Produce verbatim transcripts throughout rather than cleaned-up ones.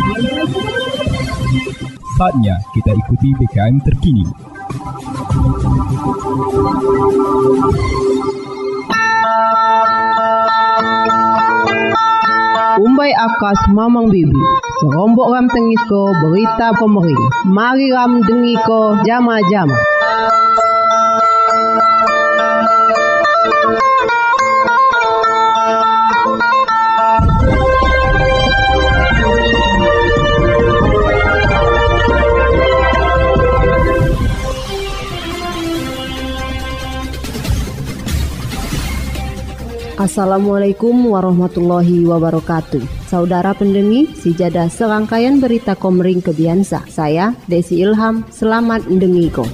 Saatnya kita ikuti B K M terkini. Umbai akas mamang bibi, serombok ram tengiko berita pemerintah. Mari ram dengiko jama-jama. Assalamualaikum warahmatullahi wabarakatuh. Saudara pendengi, sejadah serangkaian berita Komering Kebiansa. Saya Desi Ilham, selamat mendengiko.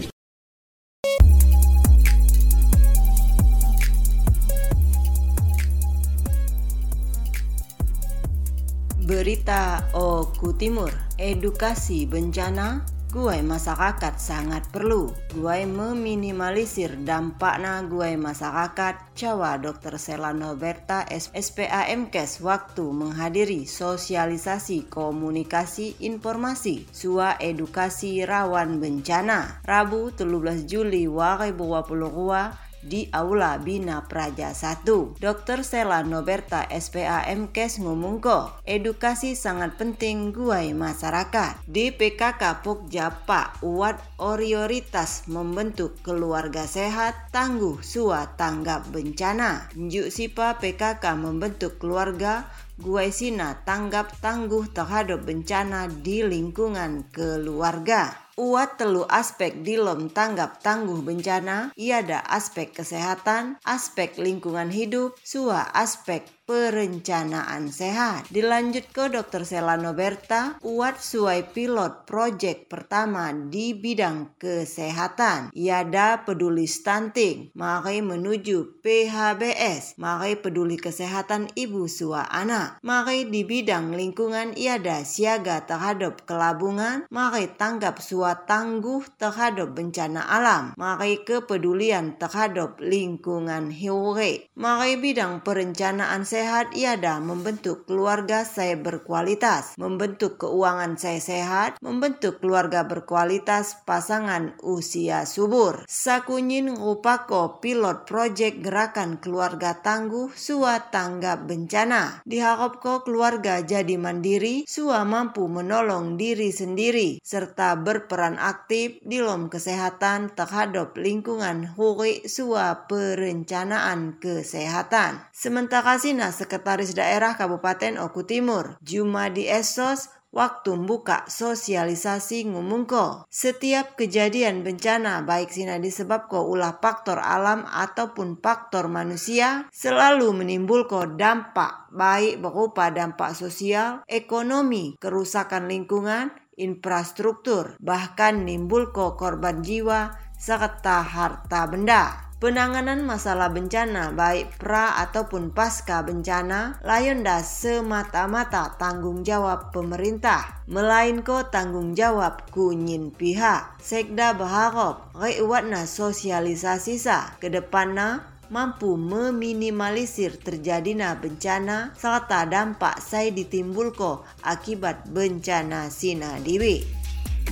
Berita Oku Timur, edukasi bencana guai masyarakat sangat perlu. Guai meminimalisir dampakna guai masyarakat, cawa Dokter Sela Noberta S P A M Kes waktu menghadiri sosialisasi komunikasi informasi sua edukasi rawan bencana Rabu tiga belas Juli dua ribu dua puluh dua di Aula Bina Praja satu. Dokter Sela Noberta S P A M Kes ngomongko, edukasi sangat penting guai masyarakat. Di P K K Pokja Pak uat orioritas membentuk keluarga sehat, tangguh sua tanggap bencana. Njuk sipa P K K membentuk keluarga guai sina tanggap tangguh terhadap bencana di lingkungan keluarga. Uat telu aspek dilom tanggap tangguh bencana, iada aspek kesehatan, aspek lingkungan hidup, sua aspek perencanaan sehat. Dilanjut ke Dokter Sela Noberta, uat suai pilot project pertama di bidang kesehatan, iada peduli stunting, mari menuju P H B S, mari peduli kesehatan ibu sua anak, mari di bidang lingkungan iada siaga terhadap kelabungan, mari tanggap sua tangguh terhadap bencana alam, mari kepedulian terhadap lingkungan hiure, mari bidang perencanaan sehat iada membentuk keluarga saya berkualitas, membentuk keuangan saya sehat, membentuk keluarga berkualitas pasangan usia subur. Sakunyin rupako pilot project gerakan keluarga tangguh sua tanggap bencana. Diharapko keluarga jadi mandiri, sua mampu menolong diri sendiri, serta berperan aktif di dalam kesehatan terhadap lingkungan huri sua perencanaan kesehatan. Sementara sina Sekretaris Daerah Kabupaten Oku Timur, Jumadi Esos, waktu buka sosialisasi ngumungko, setiap kejadian bencana baik sina disebabkan ulah faktor alam ataupun faktor manusia selalu menimbulkan dampak baik berupa dampak sosial, ekonomi, kerusakan lingkungan, infrastruktur, bahkan nimbulkan korban jiwa serta harta benda. Penanganan masalah bencana baik pra ataupun pasca bencana layonda semata-mata tanggung jawab pemerintah, melainko tanggung jawab kunyin pihak. Sekda berharap rewatna sosialisasi sa ke depanna mampu meminimalisir terjadinya bencana serta dampak saya ditimbulko akibat bencana sina diwi.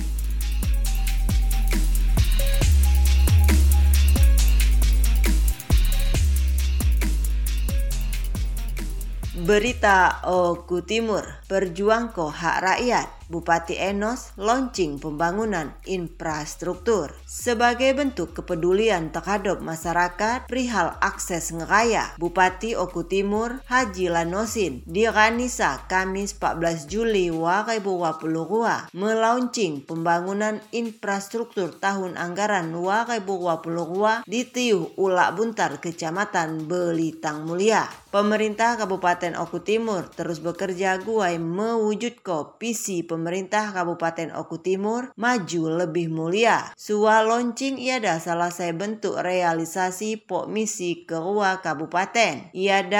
Berita Oku Timur, perjuangko hak rakyat. Bupati Enos launching pembangunan infrastruktur sebagai bentuk kepedulian terhadap masyarakat perihal akses ngeraya. Bupati Oku Timur Haji Lanosin di Ranisa Kamis empat belas Juli dua ribu dua puluh dua melaunching pembangunan infrastruktur tahun anggaran dua ribu dua puluh dua di Tiuh Ulak Buntar Kecamatan Belitang Mulia. Pemerintah Kabupaten Oku Timur terus bekerja guai mewujudkan visi pemerintah Kabupaten Oku Timur maju lebih mulia. Sua launching iada salah satu bentuk realisasi pok misi kerua kabupaten. Iada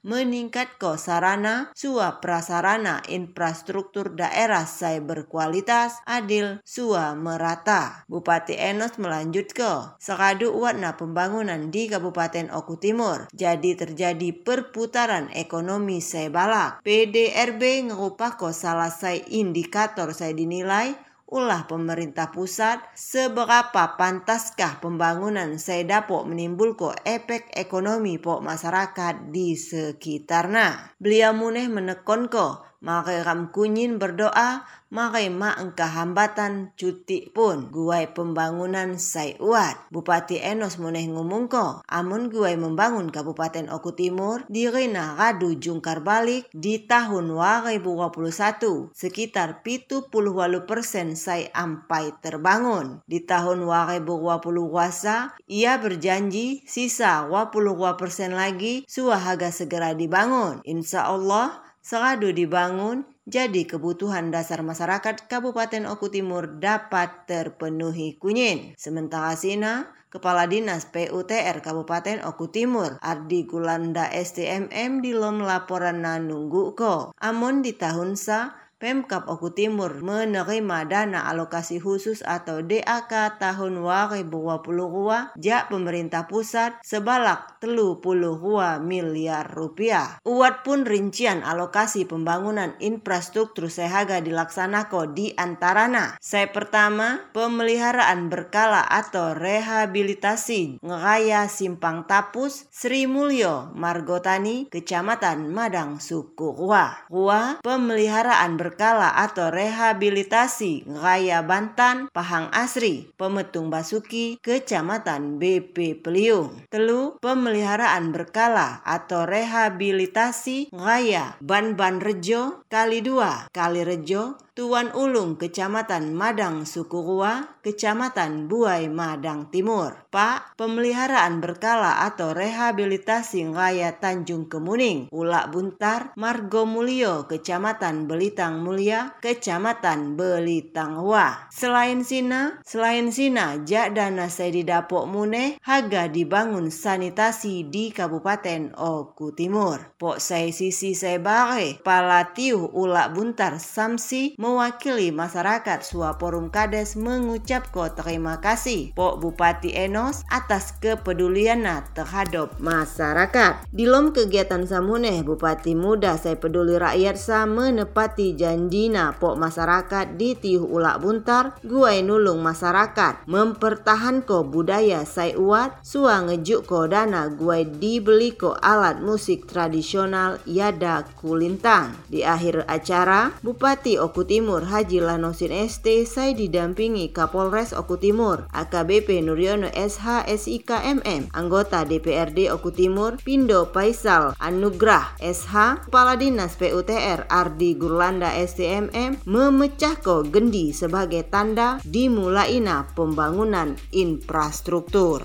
meningkat ko sarana sua prasarana infrastruktur daerah sai berkualitas adil sua merata. Bupati Enos melanjut ke sekadu warna pembangunan di Kabupaten Oku Timur jadi terjadi perputaran ekonomi sai balak. P D R B ngerupako salah sai indikator sai dinilai ulah pemerintah pusat seberapa pantaskah pembangunan saya dapat menimbulkan efek ekonomi pok masyarakat di sekitarnya. Beliau muneh menekon ko makai ram kunyin berdoa makai mak engkah hambatan cuti pun guai pembangunan sai uat. Bupati Enos muneh ngomong ko amun guai membangun Kabupaten Oku Timur dirina radu jungkar balik di tahun dua ribu dua puluh satu sekitar tujuh puluh delapan persen sai ampai terbangun. Di tahun dua ribu dua puluh wasa ia berjanji sisa dua puluh dua persen lagi suahaga segera dibangun. Insya Allah seradu dibangun, jadi kebutuhan dasar masyarakat Kabupaten Oku Timur dapat terpenuhi kunyin. Sementara sina, Kepala Dinas P U T R Kabupaten Oku Timur, Ardi Gulanda S T M M di lom laporan na nunggu ko. Amun di tahun sa, Pemkab Oku Timur menerima dana alokasi khusus atau D A K tahun dua ribu dua puluh dua jak pemerintah pusat sebalak tiga puluh dua miliar rupiah. Uat pun rincian alokasi pembangunan infrastruktur sehaga dilaksanako di antarana. Saya pertama, pemeliharaan berkala atau rehabilitasi ngeraya Simpang Tapus, Sri Mulyo, Margotani, Kecamatan Madang, Suku Rua. Rua, pemeliharaan berkala berkala atau rehabilitasi Raya Bantan, Pahang Asri, Pemetung Basuki, Kecamatan B P Peliung. Telu, pemeliharaan berkala atau rehabilitasi Raya Ban-Ban Rejo, Kali dua, Kali Rejo, Tuan Ulung, Kecamatan Madang, Suku Rua, Kecamatan Buai, Madang Timur. Pak, pemeliharaan berkala atau rehabilitasi Raya Tanjung Kemuning, Ulak Buntar, Margo Mulyo, Kecamatan Belitang Mulia, Kecamatan Belitang Hua. Selain sina, selain sina, jak dana saya didapok muneh, haga dibangun sanitasi di Kabupaten Oku Timur. Pok saya sisi saya bare, Pala Tiuh Ulak Buntar Samsi, mewakili masyarakat Sua Forum Kades mengucapkan terima kasih Pok Bupati Enos atas kepeduliannya terhadap masyarakat. Di lom kegiatan samuneh Bupati Muda Saya Peduli Rakyat sa menepati janjina Pok masyarakat di Tiuh Ulak Buntar guai nulung masyarakat mempertahan ko budaya Sai Uat sua ngejuk ko dana guai dibeli ko alat musik tradisional Yada Kulintang. Di akhir acara Bupati Oku Timur Haji Lanosin S T saya didampingi Kapolres Oku Timur A K B P Nuryono S H S I K M M, anggota D P R D Oku Timur Pindo Faisal Anugrah S H, Kepala Dinas P U T R Ardi Gulanda S T M M memecah ko gendi sebagai tanda dimulaina pembangunan infrastruktur.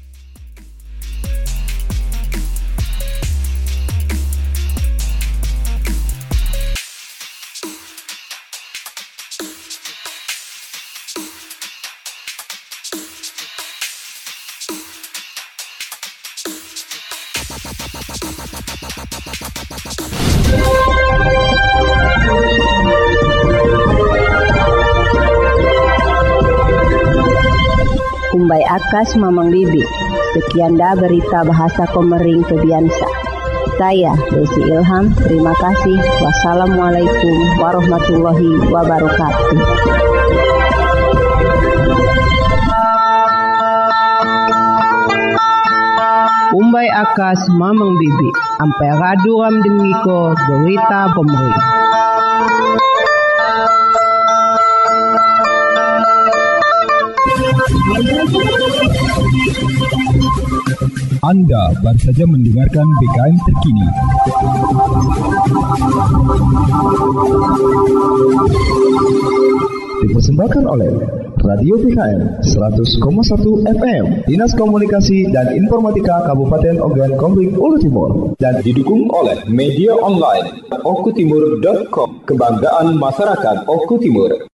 Kumbai Akas Mamang Bibi. Sekian dah berita bahasa Komering Kebiansa. Saya Desi Ilham, terima kasih. Wassalamualaikum warahmatullahi wabarakatuh. Kumbai Akas Mamang Bibi. Ampai radu ram dengiko berita Komering. Anda baru saja mendengarkan B K M terkini. Dipersembahkan oleh Radio B K M seratus koma satu F M, Dinas Komunikasi dan Informatika Kabupaten Ogan Komering Ulu Timur, dan didukung oleh media online okutimur dot com, kebanggaan masyarakat Oku Timur.